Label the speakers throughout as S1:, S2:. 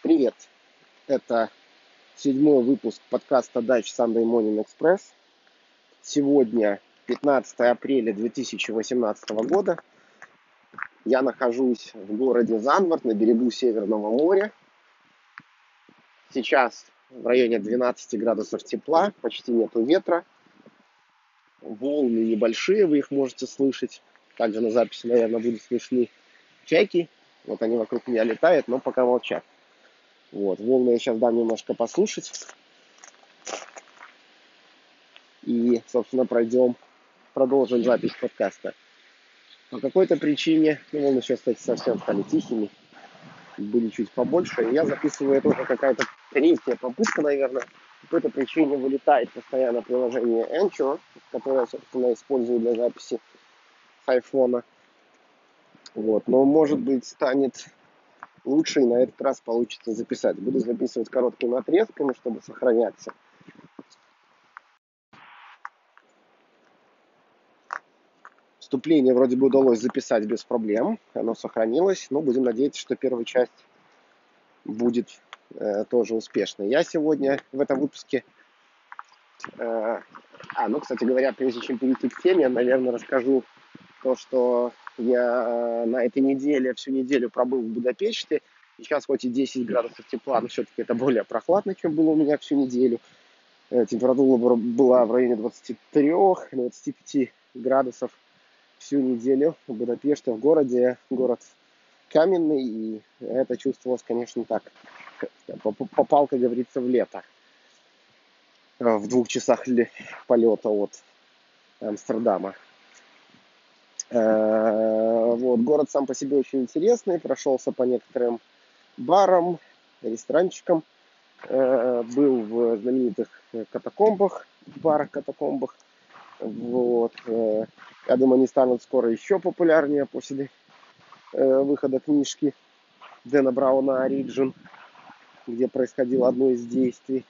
S1: Привет! Это седьмой выпуск подкаста Dutch Sunday Morning Express. Сегодня 15 апреля 2018 года. Я нахожусь в городе Занвард на берегу Северного моря. Сейчас в районе 12 градусов тепла, почти нету ветра. Волны небольшие, вы их можете слышать. Также на записи, наверное, будут слышны чайки. Вот они вокруг меня летают, но пока молчат. Вот, волны я сейчас дам немножко послушать. И, собственно, продолжим запись подкаста. По какой-то причине, волны сейчас, кстати, совсем стали тихими, были чуть побольше. И я записываю, это уже какая-то третья попытка, наверное. По какой-то причине вылетает постоянно приложение Anchor, которое, собственно, использую для записи с айфона. Вот. Но, может быть, станет лучше, и на этот раз получится записать. Буду записывать короткими отрезками, чтобы сохраняться. Вступление вроде бы удалось записать без проблем, оно сохранилось, но будем надеяться, что первая часть будет тоже успешной. Я сегодня в этом выпуске... кстати говоря, прежде чем перейти к теме, наверное, расскажу то, что я на этой неделе, всю неделю пробыл в Будапеште. И сейчас хоть и 10 градусов тепла, но все-таки это более прохладно, чем было у меня всю неделю. Температура была в районе 23-25 градусов всю неделю в Будапеште, в городе. Город каменный, и это чувствовалось, конечно, так. Попал, как говорится, в лето. В 2 часах полета от Амстердама. Вот, город сам по себе очень интересный. Прошелся по некоторым барам, ресторанчикам. Был в знаменитых катакомбах, барах-катакомбах. Вот. Я думаю, они станут скоро еще популярнее после выхода книжки Дэна Брауна «Origin», где происходило одно из действий.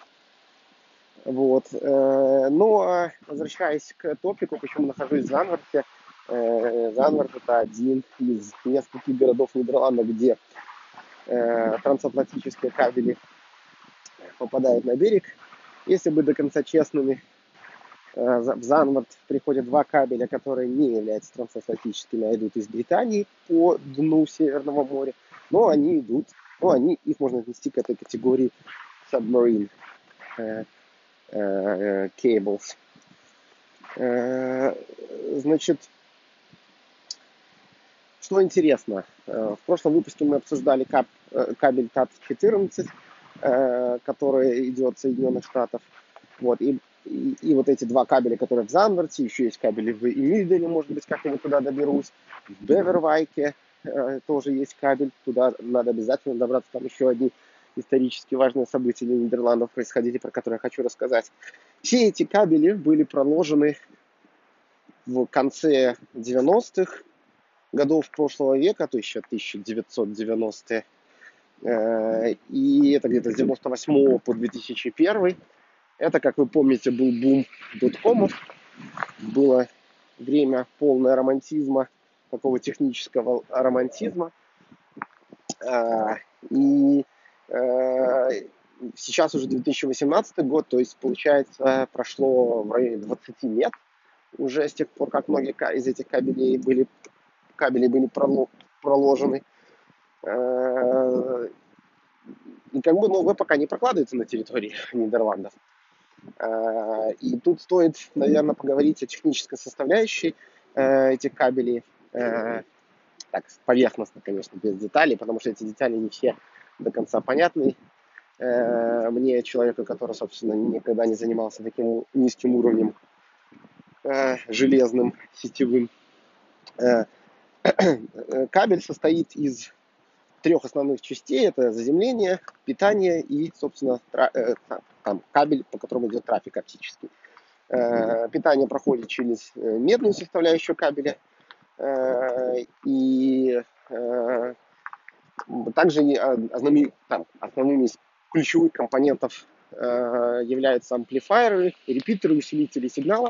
S1: Вот. Ну, а возвращаясь к топику, почему нахожусь в Занварте. Занварт — это один из нескольких городов Нидерландов, где трансатлантические кабели попадают на берег. Если быть до конца честными, в Занварт приходят 2 кабеля, которые не являются трансатлантическими, а идут из Британии по дну Северного моря. Но они их можно отнести к этой категории submarine cables. Значит, что интересно, в прошлом выпуске мы обсуждали кабель ТАТ-14, который идет от Соединенных Штатов. Вот, и вот эти 2 кабеля, которые в Занварте, еще есть кабели в Имильдене, может быть, как-нибудь туда доберусь. В Бевервайке тоже есть кабель, туда надо обязательно добраться, там еще одни исторически важные события для Нидерландов происходили, про которые я хочу рассказать. Все эти кабели были проложены в конце 90-х годов прошлого века, то есть 1990-е. И это где-то с 98 по 2001. Это, как вы помните, был бум доткомов. Было время полное романтизма, такого технического романтизма. И сейчас уже 2018 год, то есть, получается, прошло в районе 20 лет уже с тех пор, как многие из этих кабелей были проложены. И как бы новые пока не прокладываются на территории Нидерландов. И тут стоит, наверное, поговорить о технической составляющей этих кабелей. Так, поверхностно, конечно, без деталей, потому что эти детали не все до конца понятны. Мне, человеку, который, собственно, никогда не занимался таким низким уровнем железным, сетевым. Кабель состоит из 3 основных частей. Это заземление, питание и, собственно, кабель, по которому идет трафик оптический. Питание проходит через медную составляющую кабеля. И также основными из ключевых компонентов являются амплифайеры, репитеры, усилители сигнала,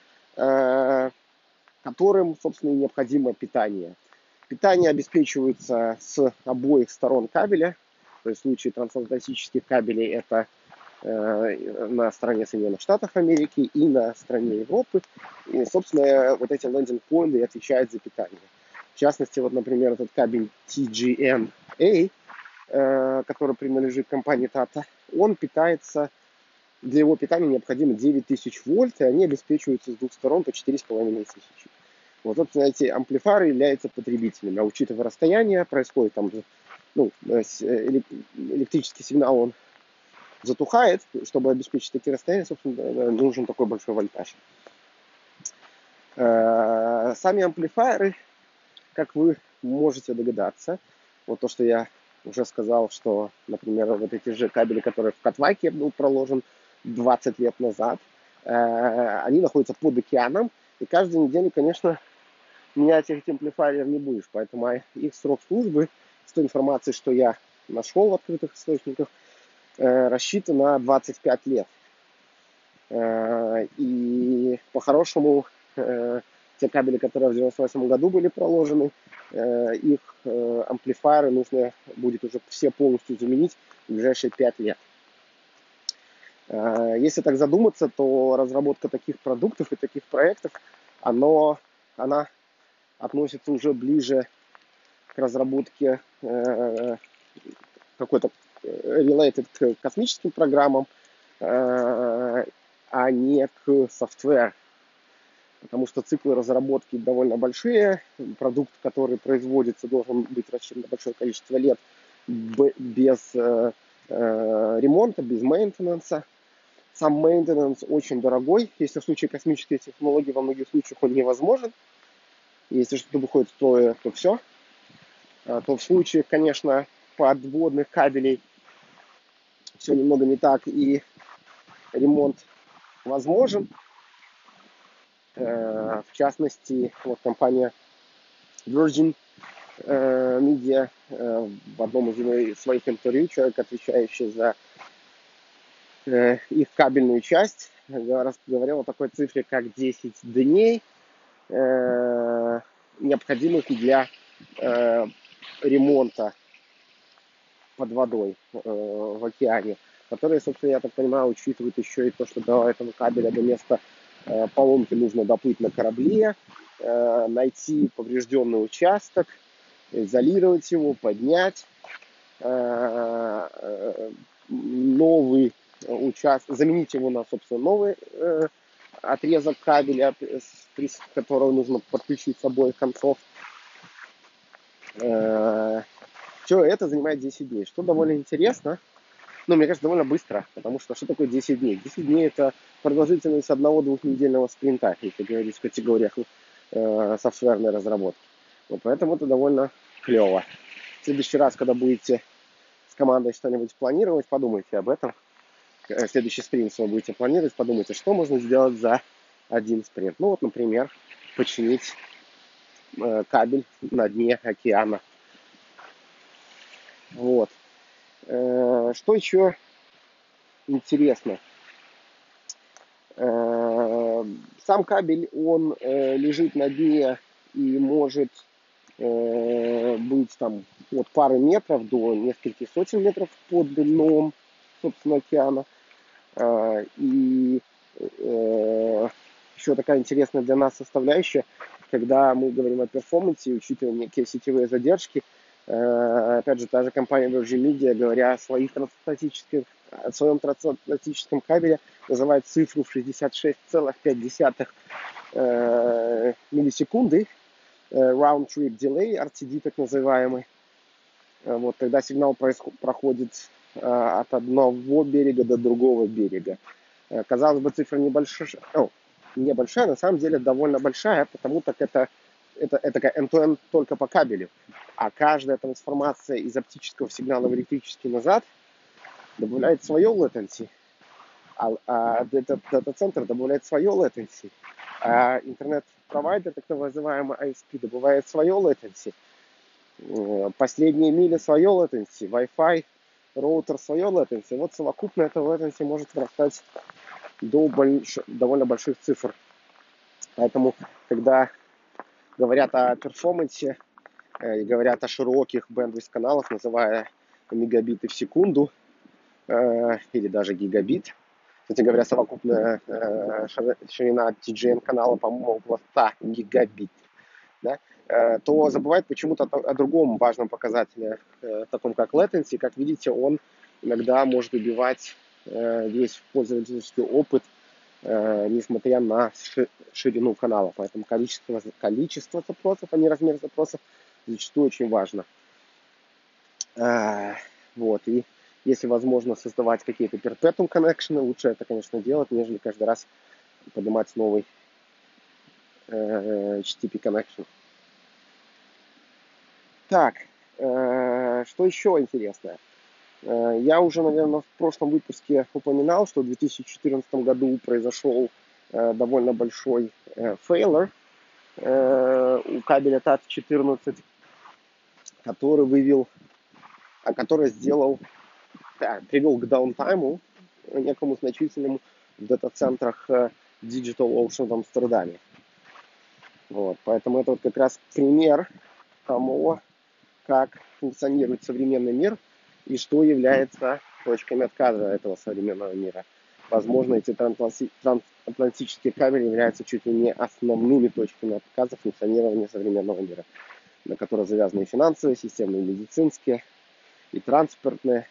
S1: которым, собственно, и необходимо питание. Питание обеспечивается с обоих сторон кабеля. То есть в случае трансатлантических кабелей это на стороне Соединенных Штатов Америки и на стороне Европы. И, собственно, вот эти лендинг-поинты отвечают за питание. В частности, вот, например, этот кабель TGNA, который принадлежит компании Tata, он питается, для его питания необходимо 9000 вольт, и они обеспечиваются с двух сторон по 4500. Вот, собственно, эти амплифары являются потребителями, а учитывая расстояние, происходит там, ну, электрический сигнал, он затухает, чтобы обеспечить такие расстояния, собственно, нужен такой большой вольтаж. Сами амплифайеры, как вы можете догадаться, вот то, что я уже сказал, что, например, вот эти же кабели, которые в Катвайке был проложен 20 лет назад, они находятся под океаном, и каждую неделю, конечно, менять этих амплифайеров не будешь, поэтому их срок службы, с той информацией, что я нашел в открытых источниках, рассчитан на 25 лет. И по-хорошему те кабели, которые в 1998 году были проложены, их амплифайеры нужно будет уже все полностью заменить в ближайшие 5 лет. Если так задуматься, то разработка таких продуктов и таких проектов, она относится уже ближе к разработке какой-то related к космическим программам, а не к software. Потому что циклы разработки довольно большие. Продукт, который производится, должен быть рассчитан на большое количество лет без ремонта, без мейнтенанса. Сам мейнтенанс очень дорогой. Если в случае космических технологий во многих случаях он невозможен. Если что-то выходит стоя, то все. То в случае, конечно, подводных кабелей все немного не так, и ремонт возможен. В частности, вот компания Virgin Media в одном из своих интервью, человек, отвечающий за их кабельную часть, говорил о такой цифре, как 10 дней, необходимых для ремонта под водой в океане, которые, собственно, я так понимаю, учитывают еще и то, что до этого кабеля, до места поломки нужно доплыть на корабле, найти поврежденный участок, изолировать его, поднять, новый участок, заменить его на, собственно, новый отрезок кабеля, с которого нужно подключить с обоих концов. Все это занимает 10 дней, что довольно интересно. Ну, мне кажется, довольно быстро, потому что что такое 10 дней? 10 дней – это продолжительность одного-двухнедельного спринта, если говорить в категориях софтверной разработки. Вот поэтому это довольно клево. В следующий раз, когда будете с командой что-нибудь планировать, подумайте об этом. Следующий спринт, если вы будете планировать, подумайте, что можно сделать за один спринт. Ну вот, например, починить кабель на дне океана. Вот. Что еще интересно? Сам кабель, он лежит на дне и может быть там от пары метров до нескольких сотен метров под дном, собственно, океана. И еще такая интересная для нас составляющая, когда мы говорим о перформансе, учитывая некие сетевые задержки, опять же, та же компания Virgin Media, говоря о своем трансатлантическом кабеле, называет цифру в 66,5 миллисекунды, round trip delay, RTD так называемый. Вот, когда сигнал проходит от одного берега до другого берега. Казалось бы, цифра небольшая, на самом деле довольно большая, потому как это такая end-to-end только по кабелю. А каждая трансформация из оптического сигнала в электрический назад добавляет свое latency. А дата-центр добавляет свое latency. А интернет-провайдер, так называемый ISP, добавляет свое latency. Последние мили свое latency. Wi-Fi, роутер свое latency. Вот совокупно это latency может вырастать до довольно больших цифр. Поэтому, когда говорят о перформансе и говорят о широких bandwidth каналах, называя мегабиты в секунду, или даже гигабит. Кстати говоря, совокупная ширина TGN канала, по-моему, около 100 гигабит. Да? То забывает почему-то о другом важном показателе, таком как latency. Как видите, он иногда может убивать весь пользовательский опыт, несмотря на ширину канала. Поэтому количество запросов, а не размер запросов, зачастую очень важно. Вот. И если возможно создавать какие-то perpetual connection, лучше это, конечно, делать, нежели каждый раз поднимать новый HTTP connection. Так, что еще интересное? Я уже, наверное, в прошлом выпуске упоминал, что в 2014 году произошел довольно большой фейлер у кабеля TAT14, который привел к даунтайму некому значительному в дата-центрах DigitalOcean в Амстердаме. Вот, поэтому это вот как раз пример того, как функционирует современный мир и что является точками отказа этого современного мира. Возможно, эти трансатлантические кабели являются чуть ли не основными точками отказа функционирования современного мира, на которые завязаны и финансовые системы, и медицинские, и транспортные,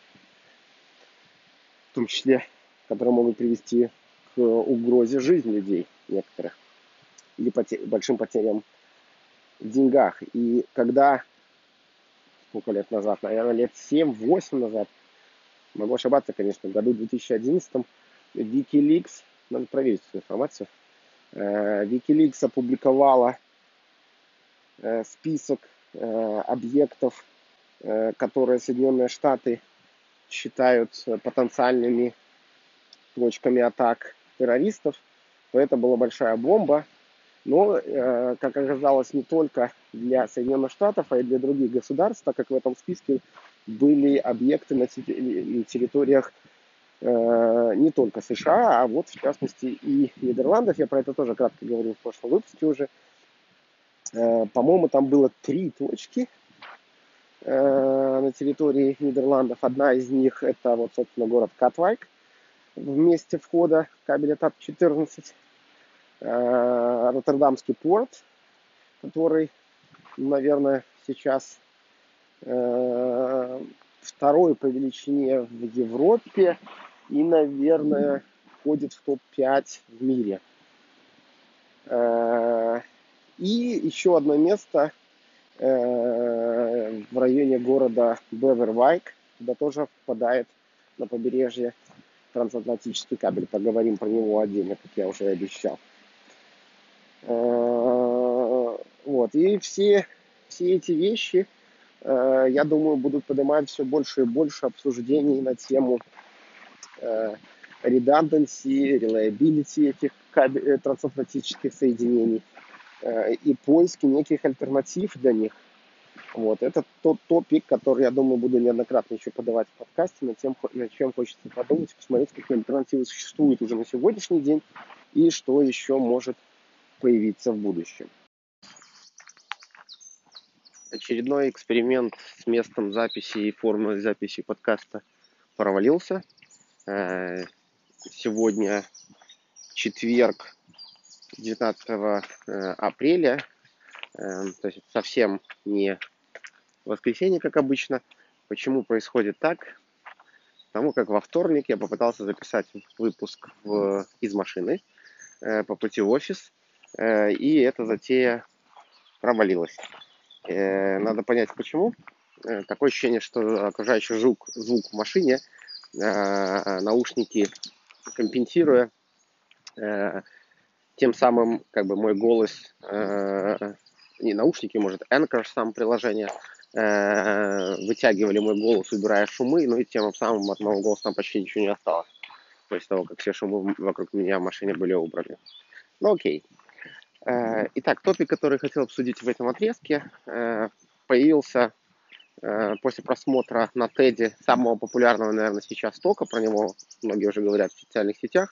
S1: в том числе, которые могут привести к угрозе жизни людей некоторых или большим потерям в деньгах. И когда, сколько лет назад, наверное, лет 7-8 назад, могу ошибаться, конечно, в году 2011 Wikileaks, надо проверить эту информацию, Wikileaks опубликовала список объектов, которые Соединенные Штаты считают потенциальными точками атак террористов, то это была большая бомба. Но, как оказалось, не только для Соединенных Штатов, а и для других государств, так как в этом списке были объекты на территориях не только США, а вот в частности и Нидерландов. Я про это тоже кратко говорил в прошлом выпуске уже. По-моему, там было 3 точки на территории Нидерландов. Одна из них это вот, собственно, город Катвайк в месте входа кабеля TAT14. Роттердамский порт, который, наверное, сейчас второй по величине в Европе и, наверное, входит в топ-5 в мире. И еще одно место в районе города Бевервайк, куда тоже впадает на побережье трансатлантический кабель. Поговорим про него отдельно, как я уже обещал. Вот. И все эти вещи, я думаю, будут поднимать все больше и больше обсуждений на тему redundancy, reliability этих трансатлантических соединений и поиски неких альтернатив для них. Вот. Это тот топик, который, я думаю, буду неоднократно еще подавать в подкасте, над чем хочется подумать, посмотреть, какие альтернативы существуют уже на сегодняшний день и что еще может появиться в будущем. Очередной эксперимент с местом записи и формой записи подкаста провалился. Сегодня четверг, 19 апреля, то есть совсем не воскресенье, как обычно. Почему происходит так? Потому как во вторник я попытался записать выпуск из машины по пути в офис, и эта затея провалилась. Надо понять, почему. Такое ощущение, что окружающий звук в машине наушники компенсируя, тем самым как бы мой голос, не наушники, может, Anchor сам приложение, вытягивали мой голос, убирая шумы, ну и тем самым от моего голоса там почти ничего не осталось, после того, как все шумы вокруг меня в машине были убраны. Ну окей. Итак, топик, который хотел обсудить в этом отрезке, появился после просмотра на TED самого популярного, наверное, сейчас тока, про него многие уже говорят в социальных сетях,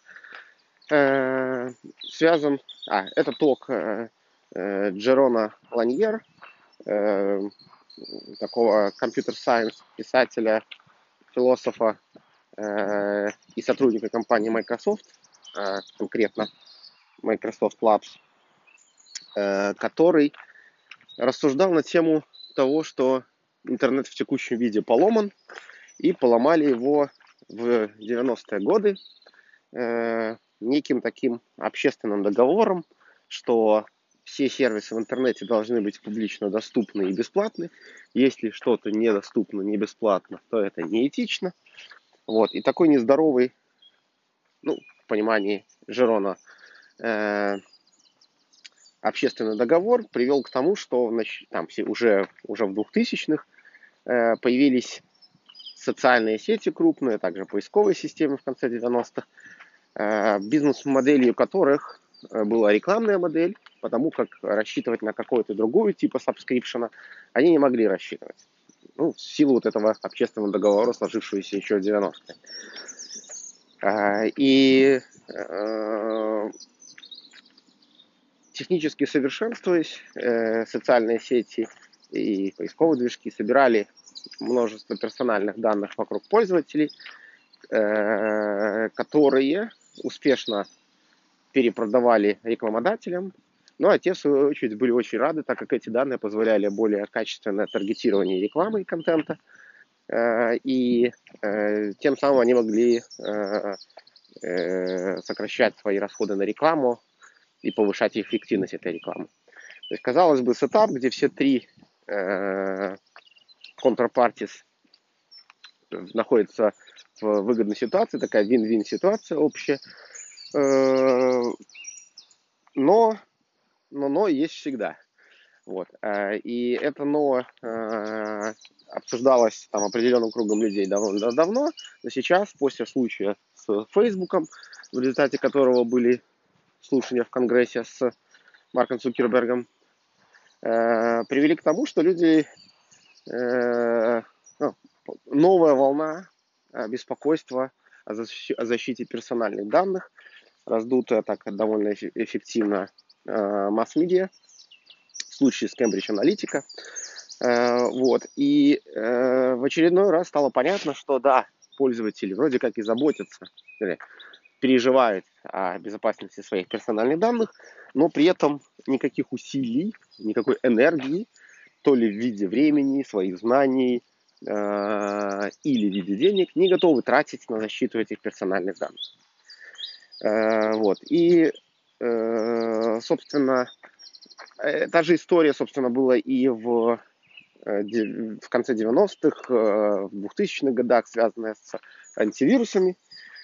S1: это ток Джерона Ланьер, такого компьютер-сайенс писателя, философа и сотрудника компании Microsoft, конкретно Microsoft Labs, который рассуждал на тему того, что интернет в текущем виде поломан, и поломали его в 90-е годы неким таким общественным договором, что все сервисы в интернете должны быть публично доступны и бесплатны. Если что-то недоступно, не бесплатно, то это неэтично. Вот. И такой нездоровый, ну, в понимании Жерона, общественный договор привел к тому, что там уже в 2000-х появились социальные сети крупные, также поисковые системы в конце 90-х, бизнес-моделью которых была рекламная модель, потому как рассчитывать на какую-то другую типа сабскрипшена они не могли рассчитывать. Ну, в силу вот этого общественного договора, сложившегося еще в 90-е. И технически совершенствуясь, социальные сети и поисковые движки собирали множество персональных данных вокруг пользователей, которые успешно перепродавали рекламодателям. Ну, а те, в свою очередь, были очень рады, так как эти данные позволяли более качественное таргетирование рекламы и контента. И тем самым они могли сокращать свои расходы на рекламу и повышать эффективность этой рекламы. То есть, казалось бы, сетап, где все три контрапартис находятся в выгодной ситуации, такая вин-вин ситуация общая, но есть всегда. Вот. И это но обсуждалось там определенным кругом людей довольно давно, но сейчас, после случая с Фейсбуком, в результате которого были слушания в Конгрессе с Марком Цукербергом, привели к тому, что люди, новая волна беспокойства о защите персональных данных, раздутая так довольно эффективно масс-медиа, в случае с Cambridge Analytica. Вот. И в очередной раз стало понятно, что да, пользователи вроде как и заботятся, или переживают о безопасности своих персональных данных, но при этом никаких усилий, никакой энергии, то ли в виде времени, своих знаний или в виде денег, не готовы тратить на защиту этих персональных данных. Вот. И, собственно, та же история, собственно, была и в конце 90-х, в 2000-х годах, связанная с антивирусами.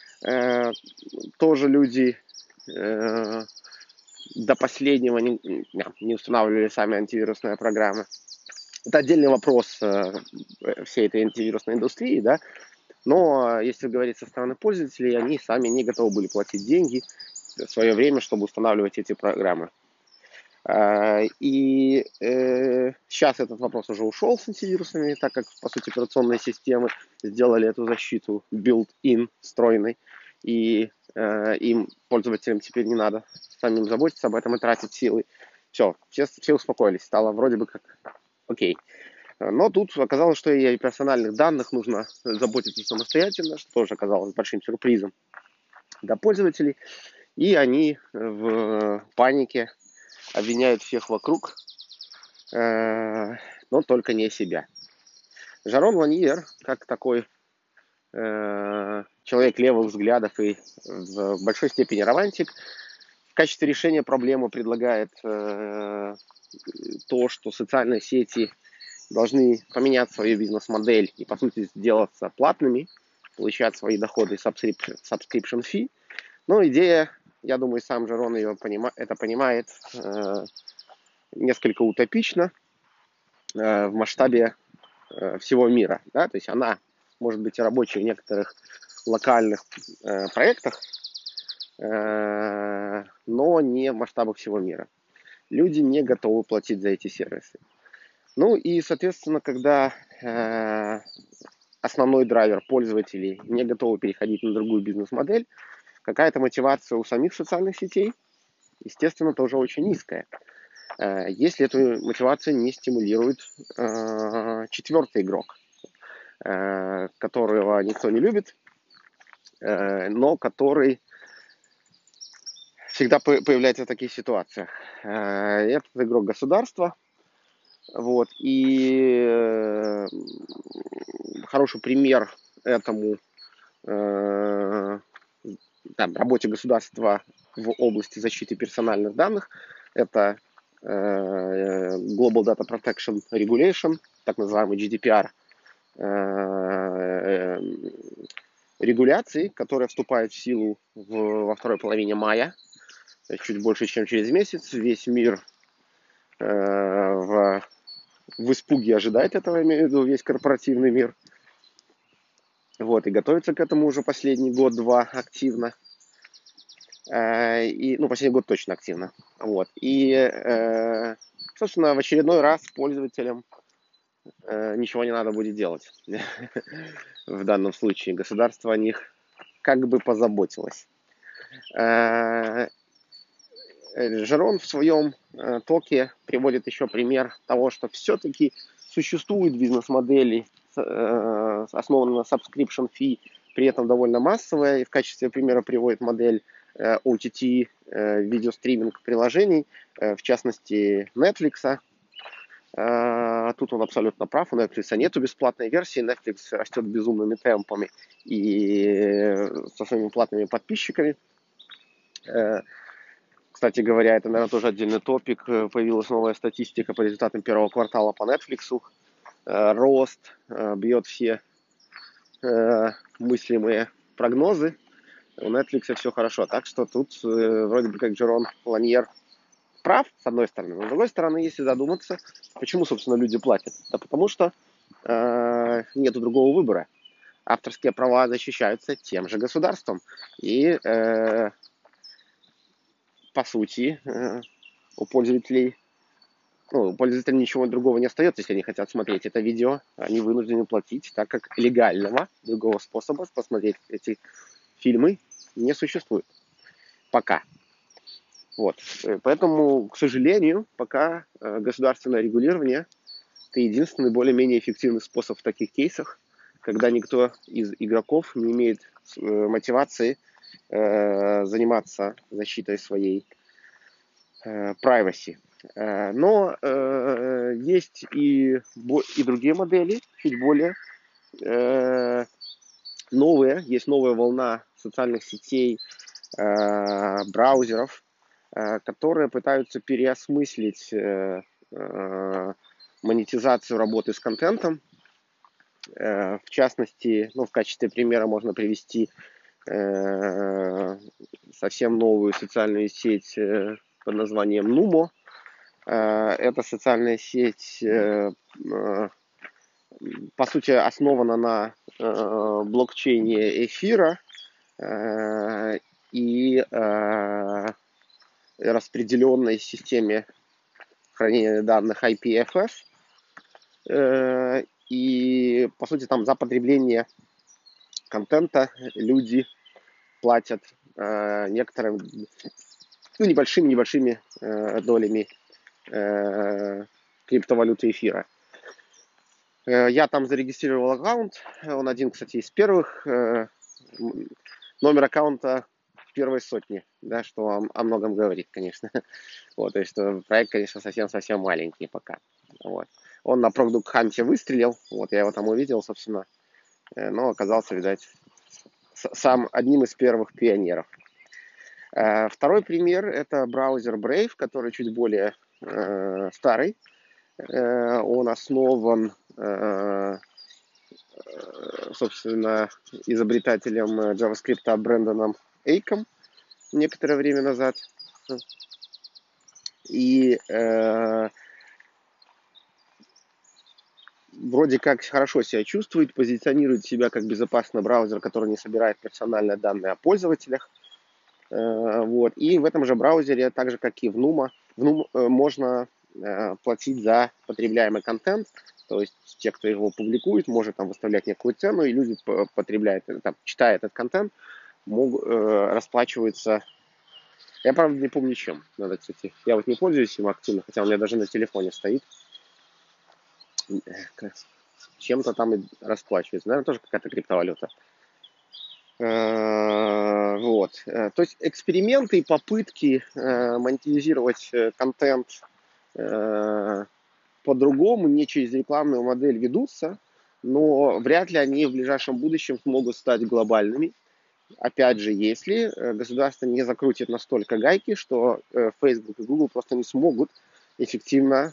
S1: Тоже люди до последнего не устанавливали сами антивирусные программы. Это отдельный вопрос всей этой антивирусной индустрии, да. Но если говорить со стороны пользователей, они сами не готовы были платить деньги в свое время, чтобы устанавливать эти программы. И сейчас этот вопрос уже ушел с антивирусами, так как, по сути, операционные системы сделали эту защиту built-in, встроенной, и им, пользователям, теперь не надо самим заботиться об этом и тратить силы. Все успокоились, стало вроде бы как окей. Но тут оказалось, что и о персональных данных нужно заботиться самостоятельно, что тоже оказалось большим сюрпризом для пользователей. И они в панике обвиняют всех вокруг, но только не себя. Жарон Ланьер, как такой человек левых взглядов и в большой степени романтик, в качестве решения проблемы предлагает то, что социальные сети должны поменять свою бизнес-модель и, по сути, сделаться платными, получать свои доходы subscription fee. Но идея, я думаю, сам Жерон это понимает, несколько утопично в масштабе всего мира. Да? То есть она может быть рабочей в некоторых локальных проектах, но не в масштабах всего мира. Люди не готовы платить за эти сервисы. Ну и, соответственно, когда основной драйвер пользователей не готовы переходить на другую бизнес-модель, какая-то мотивация у самих социальных сетей, естественно, тоже очень низкая. если эту мотивацию не стимулирует четвертый игрок, которого никто не любит, но который всегда появляется в таких ситуациях. Этот игрок государства. Вот. И хороший пример этому работе государства в области защиты персональных данных — это Global Data Protection Regulation, так называемый GDPR, регуляции, которая вступает в силу во второй половине мая, то есть чуть больше, чем через месяц. Весь мир в испуге ожидает этого, я имею в виду весь корпоративный мир. Вот, и готовится к этому уже последний год-два активно. Последний год точно активно. Вот. И, собственно, в очередной раз пользователям ничего не надо будет делать. В данном случае государство о них как бы позаботилось. Жерон в своем токе приводит еще пример того, что все-таки существуют бизнес-модели, основанные на subscription fee, при этом довольно массовая. И в качестве примера приводит модель OTT видеостриминг приложений, в частности Netflix. Тут он абсолютно прав, у Netflix нету бесплатной версии, Netflix растет безумными темпами и со своими платными подписчиками. Кстати говоря, это, наверное, тоже отдельный топик. Появилась новая статистика по результатам первого квартала по Netflix. Рост бьет все мыслимые прогнозы. У Netflix все хорошо. Так что тут вроде бы как Жерон Ланьер прав, с одной стороны. Но с другой стороны, если задуматься, почему, собственно, люди платят? Да потому что нету другого выбора. Авторские права защищаются тем же государством. И по сути, у пользователей ничего другого не остается, если они хотят смотреть это видео. Они вынуждены платить, так как легального другого способа посмотреть эти фильмы не существует. Пока. Вот. Поэтому, к сожалению, пока государственное регулирование — это единственный более-менее эффективный способ в таких кейсах, когда никто из игроков не имеет мотивации заниматься защитой своей privacy. Но есть и другие модели, чуть более новые. Есть новая волна социальных сетей, браузеров, которые пытаются переосмыслить монетизацию работы с контентом. В частности, в качестве примера можно привести совсем новую социальную сеть под названием Numo. Эта социальная сеть, по сути, основана на блокчейне эфира и распределенной системе хранения данных IPFS. И, по сути, там за потребление контента люди платят некоторым, небольшими долями криптовалюты эфира. Я там зарегистрировал аккаунт. Он один, кстати, из первых. Номер аккаунта в первой сотне, да, что о многом говорит, конечно. Вот, то есть проект, конечно, совсем маленький пока. Вот. Он на Product Hunt выстрелил. Вот, я его там увидел, собственно. Но оказался, видать, сам одним из первых пионеров. Второй пример — это браузер Brave, который чуть более старый. Он основан, собственно, изобретателем JavaScript Брэндоном Эйком некоторое время назад. И вроде как хорошо себя чувствует, позиционирует себя как безопасный браузер, который не собирает персональные данные о пользователях. Вот. И в этом же браузере, так же как и в Numo, можно платить за потребляемый контент. То есть те, кто его публикует, может там выставлять некую цену, и люди потребляют, читая этот контент, расплачиваются Я, правда, не помню чем. Надо, кстати, я вот не пользуюсь им активно, хотя у меня даже на телефоне стоит. Чем-то там и расплачиваюсь. Наверное, тоже какая-то криптовалюта. Вот. То есть эксперименты и попытки монетизировать контент по-другому, не через рекламную модель ведутся, но вряд ли они в ближайшем будущем смогут стать глобальными. Опять же, если государство не закрутит настолько гайки, что Facebook и Google просто не смогут эффективно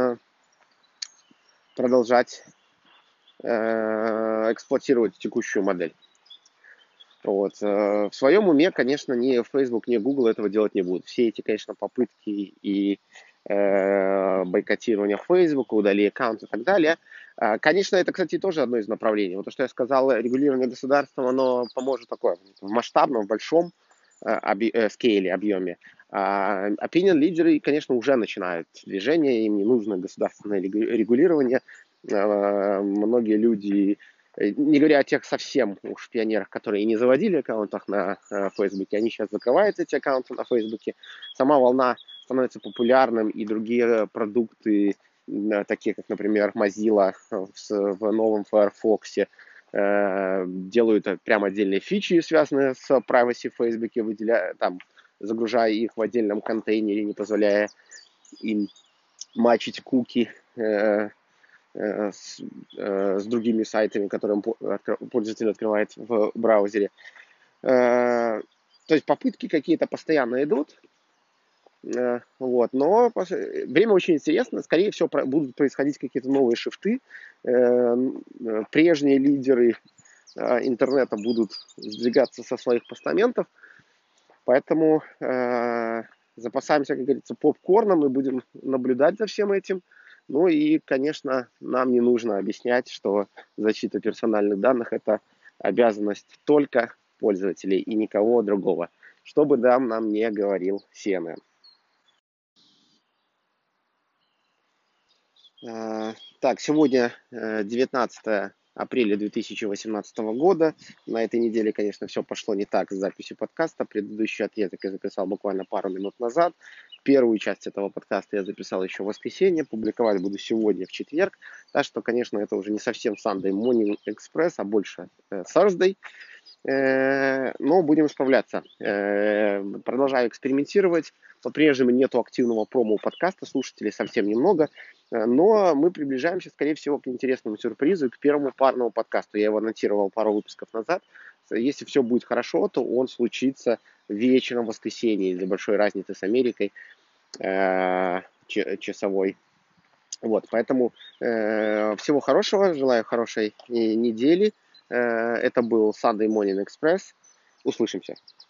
S1: продолжать эксплуатировать текущую модель. Вот. В своем уме, конечно, ни Facebook, ни Google этого делать не будут. Все эти, конечно, попытки и бойкотирования Facebook, удали аккаунт и так далее. Конечно, это, кстати, тоже одно из направлений. Вот то, что я сказал, регулирование государством, оно поможет такое в масштабном, в большом скейле, объеме. Opinion лидеры, конечно, уже начинают движение, им не нужно государственное регулирование. Многие люди, не говоря о тех совсем уж пионерах, которые и не заводили аккаунтах на Фейсбуке, они сейчас закрывают эти аккаунты на Фейсбуке. Сама волна становится популярным, и другие продукты, такие как, например, Mozilla в новом Firefox, делают прямо отдельные фичи, связанные с privacy в Фейсбуке, там, загружая их в отдельном контейнере, не позволяя им мачить куки с другими сайтами, которые пользователь открывает в браузере. То есть попытки какие-то постоянно идут, вот, но время очень интересно. Скорее всего, будут происходить какие-то новые шифты. Прежние лидеры интернета будут сдвигаться со своих постаментов, поэтому запасаемся, как говорится, попкорном и будем наблюдать за всем этим. Ну и, конечно, нам не нужно объяснять, что защита персональных данных – это обязанность только пользователей и никого другого, что бы нам не говорил CNN. Так, сегодня 19 апреля 2018 года. На этой неделе, конечно, все пошло не так с записью подкаста. Предыдущий отрезок я записал буквально пару минут назад. Первую часть этого подкаста я записал еще в воскресенье. Публиковать буду сегодня, в четверг. Так что, конечно, это уже не совсем Sunday Morning Express, а больше Thursday. Но будем справляться. Продолжаю экспериментировать. По-прежнему нету активного промо-подкаста, слушателей совсем немного. Но мы приближаемся, скорее всего, к интересному сюрпризу, к первому парному подкасту. Я его анонсировал пару выпусков назад. Если все будет хорошо, то он случится вечером в воскресенье из-за большой разницы с Америкой часовой. Вот, поэтому всего хорошего, желаю хорошей недели. Это был Sunday Morning Express. Услышимся.